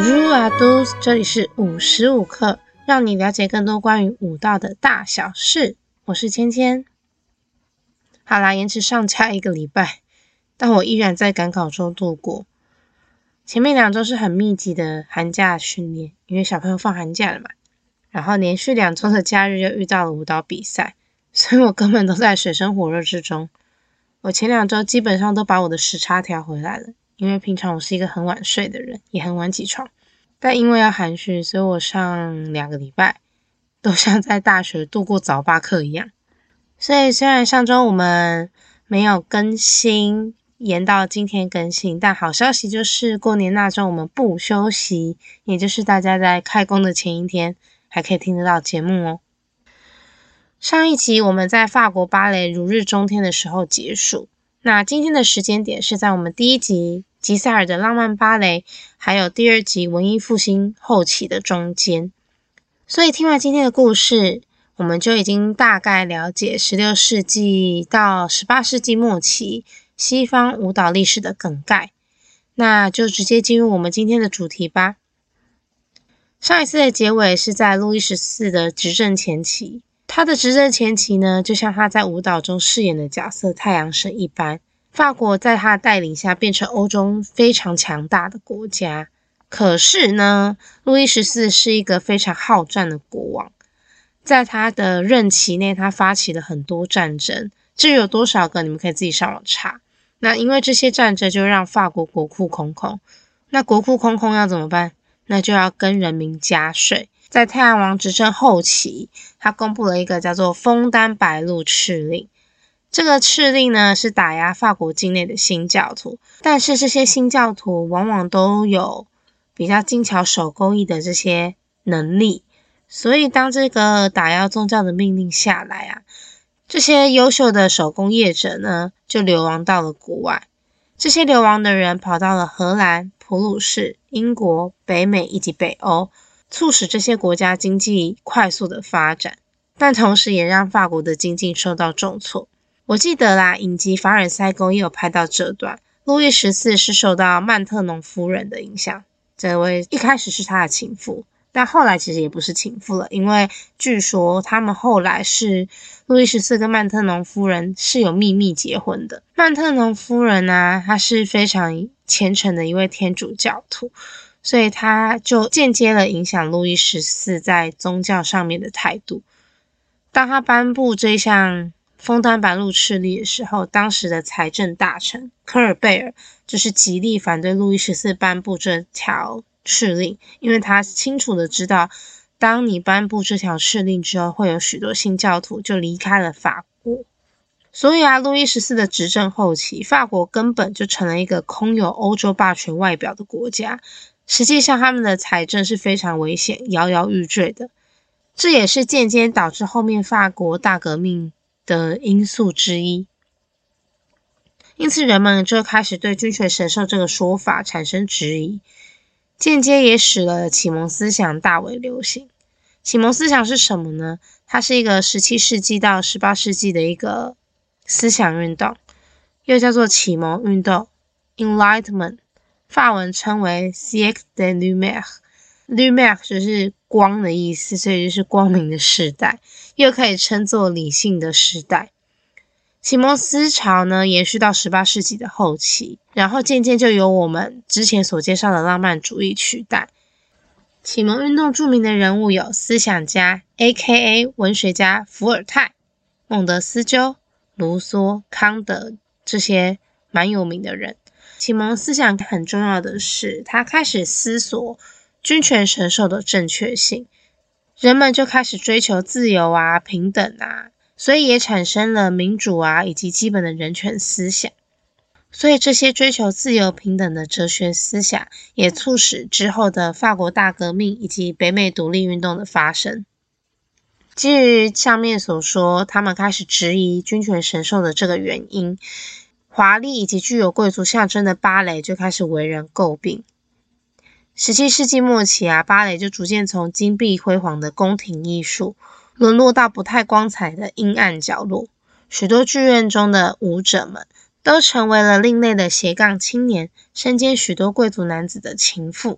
Bonjour à tous， 这里是55课，让你了解更多关于舞蹈的大小事。我是芊芊。好啦，延迟上架1个礼拜，但我依然在赶考中度过。前面2周是很密集的寒假训练，因为小朋友放寒假了嘛。然后连续2周的假日又遇到了舞蹈比赛，所以我根本都在水深火热之中。我前2周基本上都把我的时差调回来了，因为平常我是一个很晚睡的人，也很晚起床。但因为要寒训，所以我上2个礼拜都像在大学度过早八课一样。所以虽然上周我们没有更新，延到今天更新，但好消息就是过年那周我们不休息，也就是大家在开工的前一天还可以听得到节目哦。上一集我们在法国芭蕾如日中天的时候结束，那今天的时间点是在我们第1集吉赛尔的浪漫芭蕾，还有第2集文艺复兴后期的中间。所以听完今天的故事，我们就已经大概了解16世纪到18世纪末期西方舞蹈历史的梗概。那就直接进入我们今天的主题吧。上一次的结尾是在路易14的执政前期，他的执政前期呢，就像他在舞蹈中饰演的角色太阳神一般，法国在他的带领下变成欧洲非常强大的国家。可是呢，路易14是一个非常好战的国王，在他的任期内他发起了很多战争，至于有多少个你们可以自己上网查。那因为这些战争就让法国国库空空，那国库空空要怎么办？那就要跟人民加税。在太阳王执政后期，他公布了一个叫做枫丹白露敕令。这个敕令呢，是打压法国境内的新教徒，但是这些新教徒往往都有比较精巧手工艺的这些能力，所以当这个打压宗教的命令下来啊，这些优秀的手工业者呢，就流亡到了国外。这些流亡的人跑到了荷兰、普鲁士、英国、北美以及北欧，促使这些国家经济快速的发展，但同时也让法国的经济受到重挫。我记得啦，影集凡尔赛宫也有拍到这段，路易14是受到曼特农夫人的影响，这位一开始是他的情妇，但后来其实也不是情妇了，因为据说他们后来是路易14跟曼特农夫人是有秘密结婚的。曼特农夫人啊，她是非常虔诚的一位天主教徒，所以他就间接了影响路易14在宗教上面的态度。当他颁布这项枫丹白露敕令的时候，当时的财政大臣科尔贝尔就是极力反对路易14颁布这条敕令，因为他清楚的知道，当你颁布这条敕令之后，会有许多新教徒就离开了法国。所以啊，路易14的执政后期，法国根本就成了一个空有欧洲霸权外表的国家，实际上他们的财政是非常危险、摇摇欲坠的。这也是间接导致后面法国大革命的因素之一。因此人们就开始对君权神授这个说法产生质疑，间接也使了启蒙思想大为流行。启蒙思想是什么呢？它是一个17世纪到18世纪的一个思想运动，又叫做启蒙运动 Enlightenment， 法文称为 Siècle des Lumières。Lumière 就是光的意思，所以就是光明的时代，又可以称作理性的时代。启蒙思潮呢，延续到18世纪的后期，然后渐渐就由我们之前所介绍的浪漫主义取代。启蒙运动著名的人物有思想家 AKA 文学家伏尔泰、孟德斯鸠、卢梭、康德，这些蛮有名的人。启蒙思想很重要的是，他开始思索君权神授的正确性，人们就开始追求自由啊、平等啊，所以也产生了民主啊以及基本的人权思想。所以这些追求自由平等的哲学思想，也促使之后的法国大革命以及北美独立运动的发生。基于上面所说，他们开始质疑君权神授的这个原因，华丽以及具有贵族象征的芭蕾就开始为人诟病。17世纪末期啊，芭蕾就逐渐从金碧辉煌的宫廷艺术，沦落到不太光彩的阴暗角落。许多剧院中的舞者们都成为了另类的斜杠青年，身兼许多贵族男子的情妇。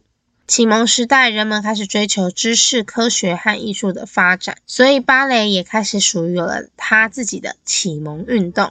启蒙时代，人们开始追求知识、科学和艺术的发展，所以芭蕾也开始属于有了它自己的启蒙运动。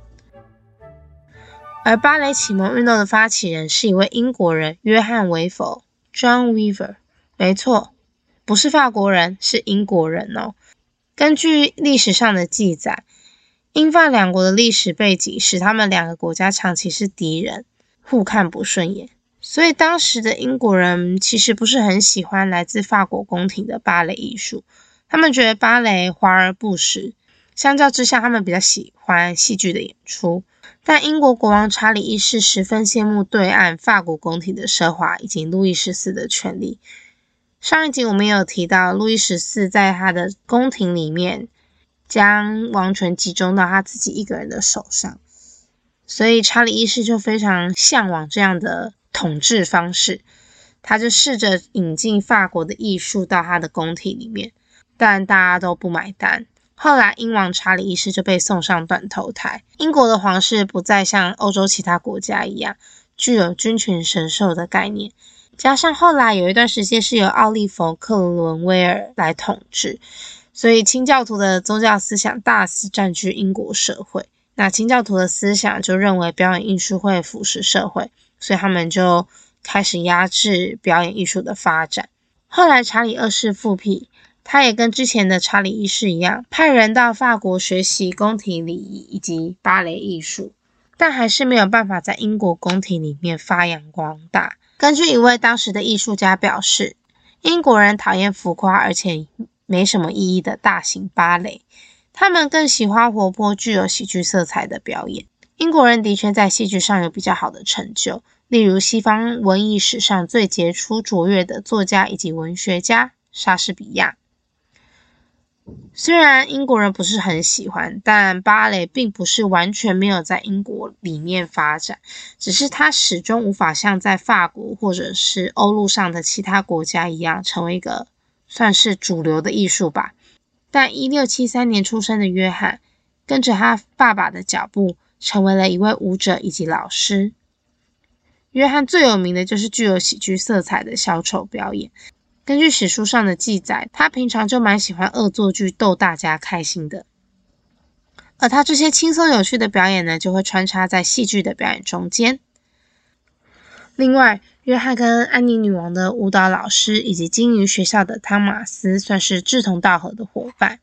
而芭蕾启蒙运动的发起人是一位英国人约翰·维佛 （John Weaver）。没错，不是法国人，是英国人哦。根据历史上的记载，英法两国的历史背景使他们两个国家长期是敌人，互看不顺眼。所以当时的英国人其实不是很喜欢来自法国宫廷的芭蕾艺术，他们觉得芭蕾华而不实，相较之下他们比较喜欢戏剧的演出。但英国国王查理一世十分羡慕对岸法国宫廷的奢华以及路易14的权力。上一集我们也有提到，路易14在他的宫廷里面将王权集中到他自己一个人的手上，所以查理一世就非常向往这样的统治方式，他就试着引进法国的艺术到他的宫廷里面，但大家都不买单。后来英王查理一世就被送上断头台。英国的皇室不再像欧洲其他国家一样具有君权神授的概念，加上后来有一段时间是由奥利弗·克伦威尔来统治，所以清教徒的宗教思想大肆占据英国社会。那清教徒的思想就认为表演艺术会腐蚀社会，所以他们就开始压制表演艺术的发展。后来查理二世复辟，他也跟之前的查理一世一样，派人到法国学习宫廷礼仪以及芭蕾艺术，但还是没有办法在英国宫廷里面发扬光大。根据一位当时的艺术家表示，英国人讨厌浮夸而且没什么意义的大型芭蕾，他们更喜欢活泼具有喜剧色彩的表演。英国人的确在戏剧上有比较好的成就，例如西方文艺史上最杰出卓越的作家以及文学家莎士比亚。虽然英国人不是很喜欢，但芭蕾并不是完全没有在英国里面发展，只是它始终无法像在法国或者是欧陆上的其他国家一样成为一个算是主流的艺术吧。但1673年出生的约翰跟着他爸爸的脚步，成为了一位舞者以及老师。约翰最有名的就是具有喜剧色彩的小丑表演。根据史书上的记载，他平常就蛮喜欢恶作剧逗大家开心的，而他这些轻松有趣的表演呢，就会穿插在戏剧的表演中间。另外，约翰跟安妮女王的舞蹈老师以及经营学校的汤马斯算是志同道合的伙伴。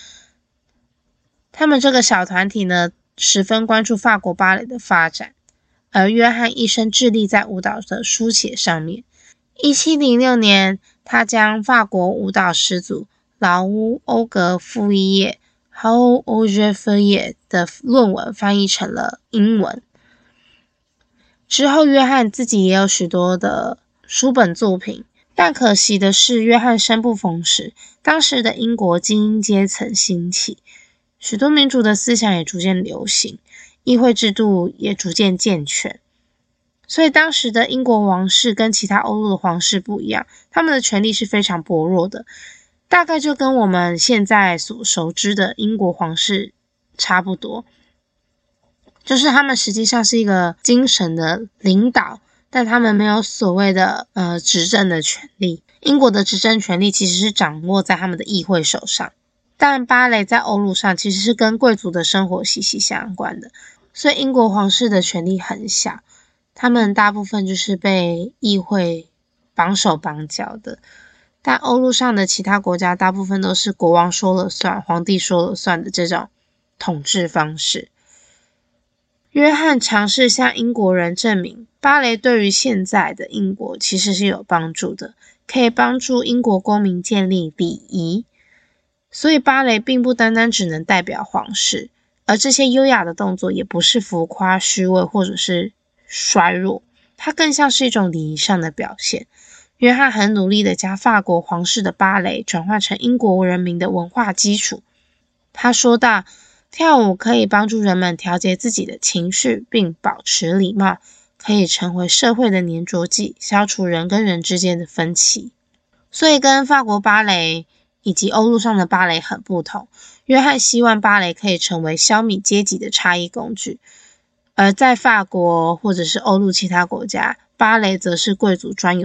他们这个小团体呢，十分关注法国芭蕾的发展，而约翰一生致力在舞蹈的书写上面。1706年，他将法国舞蹈始祖劳乌·欧格傅伊叶 How Auger Feuillet 的论文翻译成了英文。之后，约翰自己也有许多的书本作品，但可惜的是，约翰生不逢时，当时的英国精英阶层兴起，许多民主的思想也逐渐流行，议会制度也逐渐健全。所以当时的英国王室跟其他欧陆的皇室不一样，他们的权力是非常薄弱的，大概就跟我们现在所熟知的英国皇室差不多，就是他们实际上是一个精神的领导，但他们没有所谓的执政的权利。英国的执政权力其实是掌握在他们的议会手上，但芭蕾在欧陆上其实是跟贵族的生活息息相关的，所以英国皇室的权力很小，他们大部分就是被议会绑手绑脚的。但欧陆上的其他国家大部分都是国王说了算，皇帝说了算的这种统治方式。约翰尝试向英国人证明，芭蕾对于现在的英国其实是有帮助的，可以帮助英国公民建立礼仪。所以芭蕾并不单单只能代表皇室，而这些优雅的动作也不是浮夸、虚伪或者是衰弱，它更像是一种礼仪上的表现。约翰很努力地将法国皇室的芭蕾转换成英国人民的文化基础。他说道，跳舞可以帮助人们调节自己的情绪并保持礼貌，可以成为社会的粘着剂，消除人跟人之间的分歧。所以跟法国芭蕾以及欧陆上的芭蕾很不同，约翰希望芭蕾可以成为消弭阶级的差异工具，而在法国或者是欧陆其他国家，芭蕾则是贵族专有的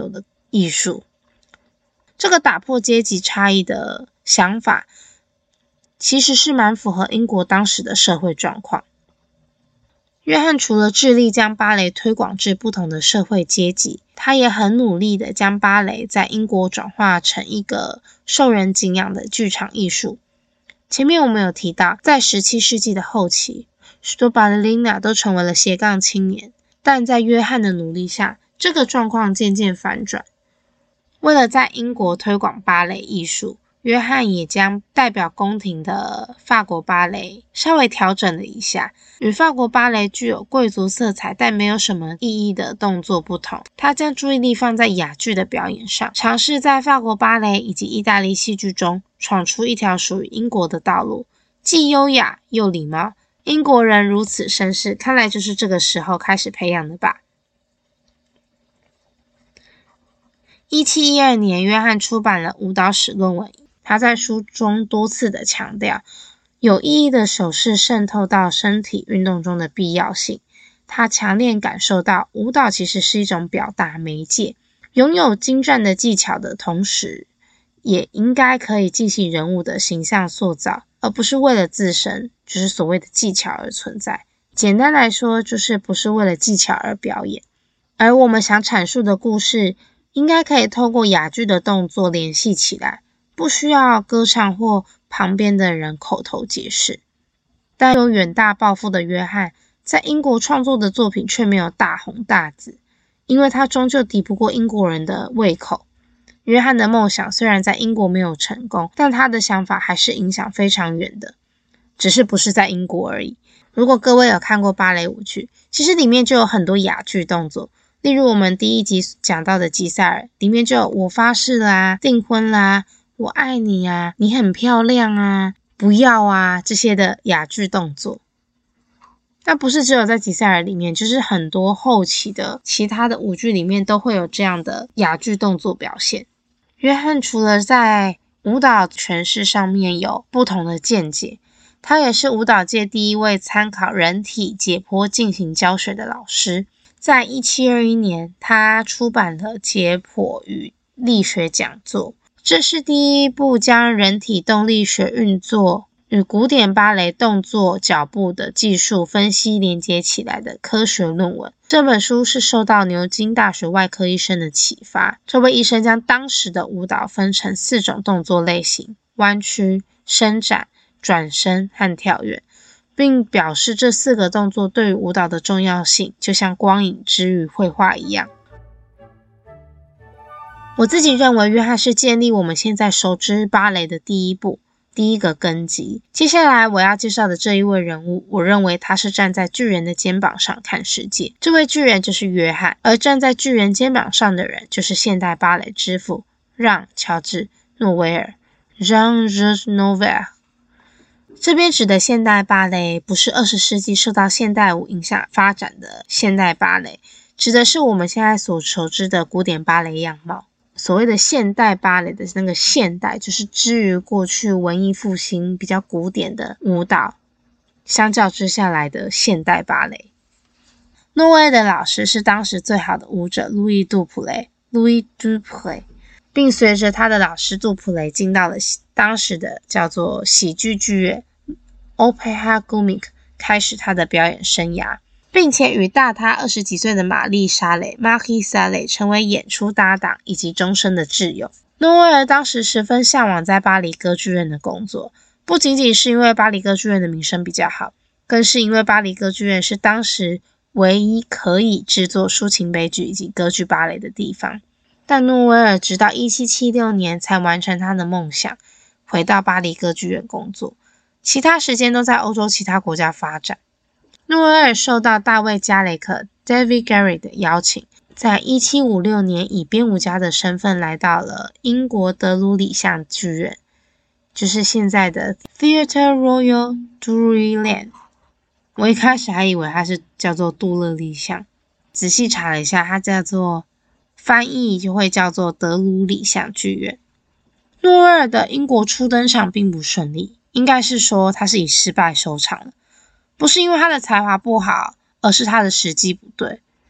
艺术。这个打破阶级差异的想法其实是蛮符合英国当时的社会状况。约翰除了致力将芭蕾推广至不同的社会阶级，他也很努力地将芭蕾在英国转化成一个受人敬仰的剧场艺术。前面我们有提到，在17世纪的后期，许多芭蕾琳娜都成为了斜杠青年，但在约翰的努力下，这个状况渐渐反转。为了在英国推广芭蕾艺术，约翰也将代表宫廷的法国芭蕾稍微调整了一下，与法国芭蕾具有贵族色彩但没有什么意义的动作不同，他将注意力放在哑剧的表演上，尝试在法国芭蕾以及意大利戏剧中闯出一条属于英国的道路，既优雅又礼貌。英国人如此绅士，看来就是这个时候开始培养的吧。1712年，约翰出版了舞蹈史论文，他在书中多次的强调有意义的手势渗透到身体运动中的必要性。他强烈感受到舞蹈其实是一种表达媒介，拥有精湛的技巧的同时，也应该可以进行人物的形象塑造，而不是为了自身，就是所谓的技巧而存在。简单来说，就是不是为了技巧而表演。而我们想阐述的故事，应该可以透过哑剧的动作联系起来，不需要歌唱或旁边的人口头解释。但有远大抱负的约翰，在英国创作的作品却没有大红大紫，因为他终究敌不过英国人的胃口。约翰的梦想虽然在英国没有成功，但他的想法还是影响非常远的，只是不是在英国而已。如果各位有看过芭蕾舞剧，其实里面就有很多哑剧动作，例如我们第一集讲到的吉赛尔，里面就有我发誓啦、订婚啦、我爱你啊、你很漂亮啊、不要啊这些的哑剧动作。那不是只有在吉赛尔里面，就是很多后期的其他的舞剧里面都会有这样的哑剧动作表现。约翰除了在舞蹈诠释上面有不同的见解，他也是舞蹈界第一位参考人体解剖进行教学的老师。在1721年，他出版了《解剖与力学讲座》，这是第一部将人体动力学运作与古典芭蕾动作脚步的技术分析连接起来的科学论文。这本书是受到牛津大学外科医生的启发，这位医生将当时的舞蹈分成4种动作类型：弯曲、伸展、转身和跳跃，并表示这4个动作对于舞蹈的重要性，就像光影之于绘画一样。我自己认为约翰是建立我们现在熟知芭蕾的第一个根基。接下来我要介绍的这一位人物，我认为他是站在巨人的肩膀上看世界。这位巨人就是约翰，而站在巨人肩膀上的人就是现代芭蕾之父让·乔治·诺维尔 Jean-Jacques Novel。这边指的现代芭蕾不是20世纪受到现代舞影响发展的现代芭蕾，指的是我们现在所熟知的古典芭蕾样貌。所谓的现代芭蕾的那个现代，就是之于过去文艺复兴比较古典的舞蹈相较之下来的现代芭蕾。诺维尔的老师是当时最好的舞者路易·杜普雷 Louis Dupuy， 并随着他的老师杜普雷进到了当时的叫做喜剧剧院 Opéra Comique， 开始他的表演生涯，并且与大他20几岁的玛丽莎蕾 Marie Salé 成为演出搭档以及终身的挚友。诺维尔当时十分向往在巴黎歌剧院的工作，不仅仅是因为巴黎歌剧院的名声比较好，更是因为巴黎歌剧院是当时唯一可以制作抒情悲剧以及歌剧芭蕾的地方。但诺维尔直到1776年才完成他的梦想，回到巴黎歌剧院工作，其他时间都在欧洲其他国家发展。诺维尔受到大卫·加雷克 David Garry 的邀请，在1756年以编舞家的身份来到了英国德鲁里巷剧院，就是现在的 Theatre Royal Drury Lane。 我一开始还以为它是叫做杜乐丽巷，仔细查了一下，它叫做翻译就会叫做德鲁里巷剧院。诺维尔的英国初登场并不顺利，应该是说他是以失败收场了，不是因为他的才华不好，而是他的时机不对。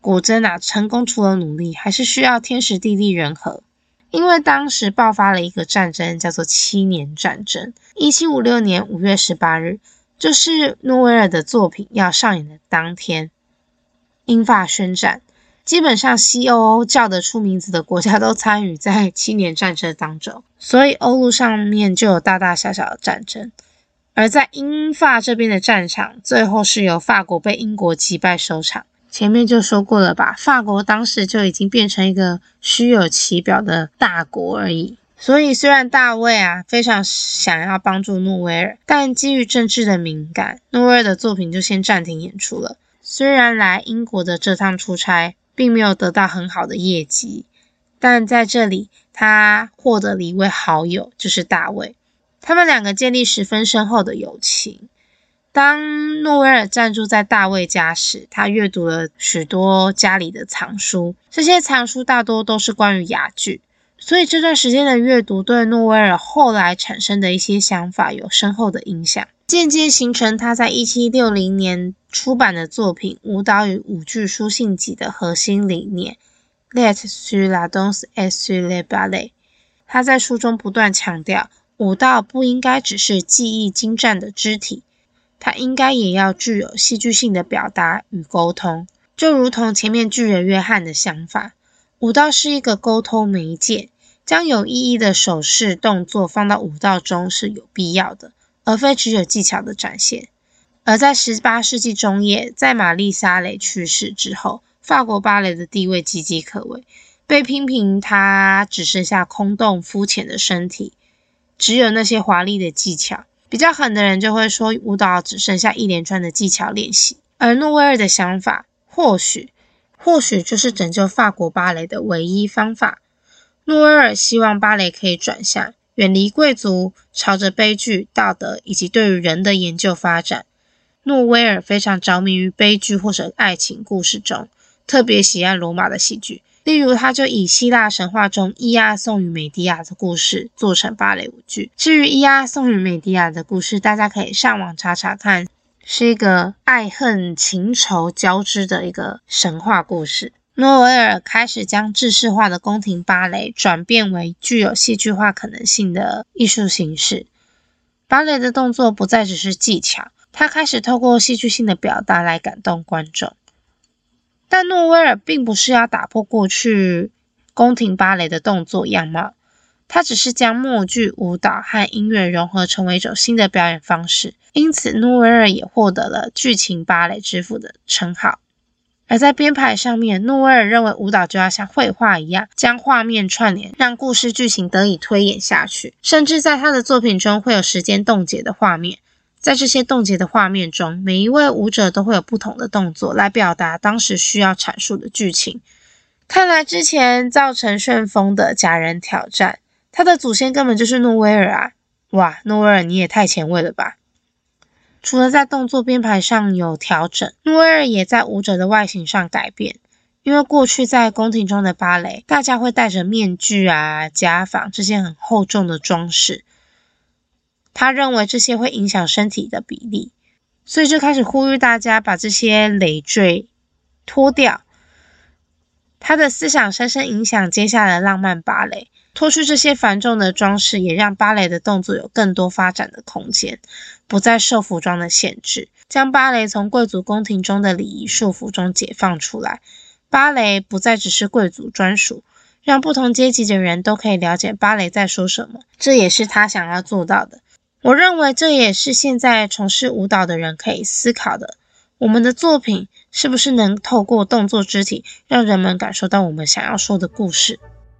果真啊，成功除了努力，还是需要天时地利人和。因为当时爆发了一个战争，叫做7年战争。1756年5月18日，就是诺威尔的作品要上演的当天，英法宣战。基本上西欧叫得出名字的国家都参与在7年战争当中，所以欧陆上面就有大大小小的战争。而在英法这边的战场，最后是由法国被英国击败收场。前面就说过了吧，法国当时就已经变成一个虚有其表的大国而已。所以虽然大卫非常想要帮助诺威尔，但基于政治的敏感，诺威尔的作品就先暂停演出了。虽然来英国的这趟出差并没有得到很好的业绩，但在这里他获得了一位好友，就是大卫。他们两个建立十分深厚的友情。当诺威尔暂住在大卫家时，他阅读了许多家里的藏书，这些藏书大多都是关于哑剧，所以这段时间的阅读对诺威尔后来产生的一些想法有深厚的影响，渐渐形成他在1760年出版的作品《舞蹈与舞剧书信集》的核心理念 Let sur la danse et sur le ballet。 他在书中不断强调，舞蹈不应该只是技艺精湛的肢体，它应该也要具有戏剧性的表达与沟通。就如同前面巨人约翰的想法，舞蹈是一个沟通媒介，将有意义的手势动作放到舞蹈中是有必要的，而非只有技巧的展现。而在18世纪中叶，在玛丽莎蕾去世之后，法国芭蕾的地位岌岌可危，被批评它只剩下空洞肤浅的身体，只有那些华丽的技巧。比较狠的人就会说，舞蹈只剩下一连串的技巧练习。而诺威尔的想法，或许就是拯救法国芭蕾的唯一方法。诺威尔希望芭蕾可以转向，远离贵族，朝着悲剧、道德以及对于人的研究发展。诺威尔非常着迷于悲剧或者爱情故事中，特别喜爱罗马的戏剧。例如他就以希腊神话中伊阿宋与美狄亚的故事做成芭蕾舞剧。至于伊阿宋与美狄亚的故事，大家可以上网查查看，是一个爱恨情仇交织的一个神话故事。诺威尔开始将制式化的宫廷芭蕾转变为具有戏剧化可能性的艺术形式。芭蕾的动作不再只是技巧，他开始透过戏剧性的表达来感动观众。但诺威尔并不是要打破过去宫廷芭蕾的动作样貌，他只是将默剧、舞蹈和音乐融合成为一种新的表演方式，因此诺威尔也获得了剧情芭蕾之父的称号。而在编排上面，诺威尔认为舞蹈就要像绘画一样，将画面串联，让故事剧情得以推演下去，甚至在他的作品中会有时间冻结的画面。在这些冻结的画面中，每一位舞者都会有不同的动作来表达当时需要阐述的剧情。看来之前造成旋风的假人挑战，他的祖先根本就是诺威尔啊！哇，诺威尔你也太前卫了吧！除了在动作编排上有调整，诺威尔也在舞者的外形上改变。因为过去在宫廷中的芭蕾，大家会戴着面具假发这些很厚重的装饰，他认为这些会影响身体的比例，所以就开始呼吁大家把这些累赘脱掉。他的思想深深影响接下来的浪漫芭蕾，脱去这些繁重的装饰，也让芭蕾的动作有更多发展的空间，不再受服装的限制，将芭蕾从贵族宫廷中的礼仪束缚中解放出来。芭蕾不再只是贵族专属，让不同阶级的人都可以了解芭蕾在说什么，这也是他想要做到的。我认为这也是现在从事舞蹈的人可以思考的，我们的作品是不是能透过动作肢体让人们感受到我们想要说的故事。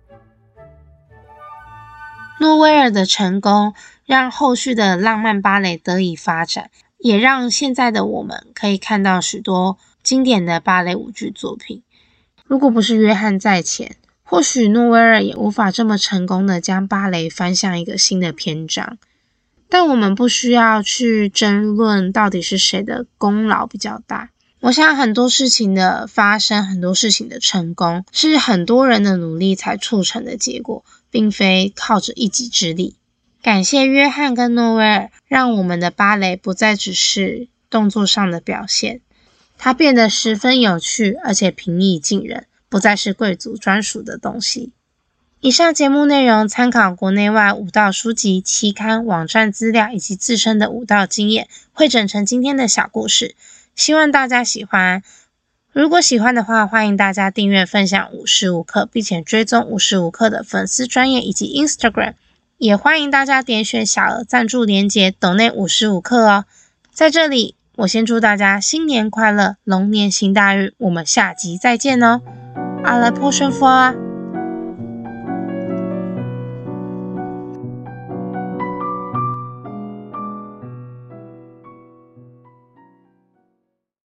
诺威尔的成功让后续的浪漫芭蕾得以发展，也让现在的我们可以看到许多经典的芭蕾舞剧作品。如果不是约翰在前，或许诺威尔也无法这么成功的将芭蕾翻向一个新的篇章。但我们不需要去争论到底是谁的功劳比较大。我想很多事情的发生，很多事情的成功，是很多人的努力才促成的结果，并非靠着一己之力。感谢约翰跟诺威尔，让我们的芭蕾不再只是动作上的表现， 它变得十分有趣，而且平易近人，不再是贵族专属的东西。以上节目内容参考国内外武道书籍、期刊、网站资料以及自身的武道经验，汇整成今天的小故事，希望大家喜欢。如果喜欢的话，欢迎大家订阅分享无时无刻，并且追踪无时无刻的粉丝专页以及 Instagram， 也欢迎大家点选小额赞助连结抖内无时无刻哦。在这里我先祝大家新年快乐，龙年行大运，我们下集再见哦。阿拉破顺佛啊。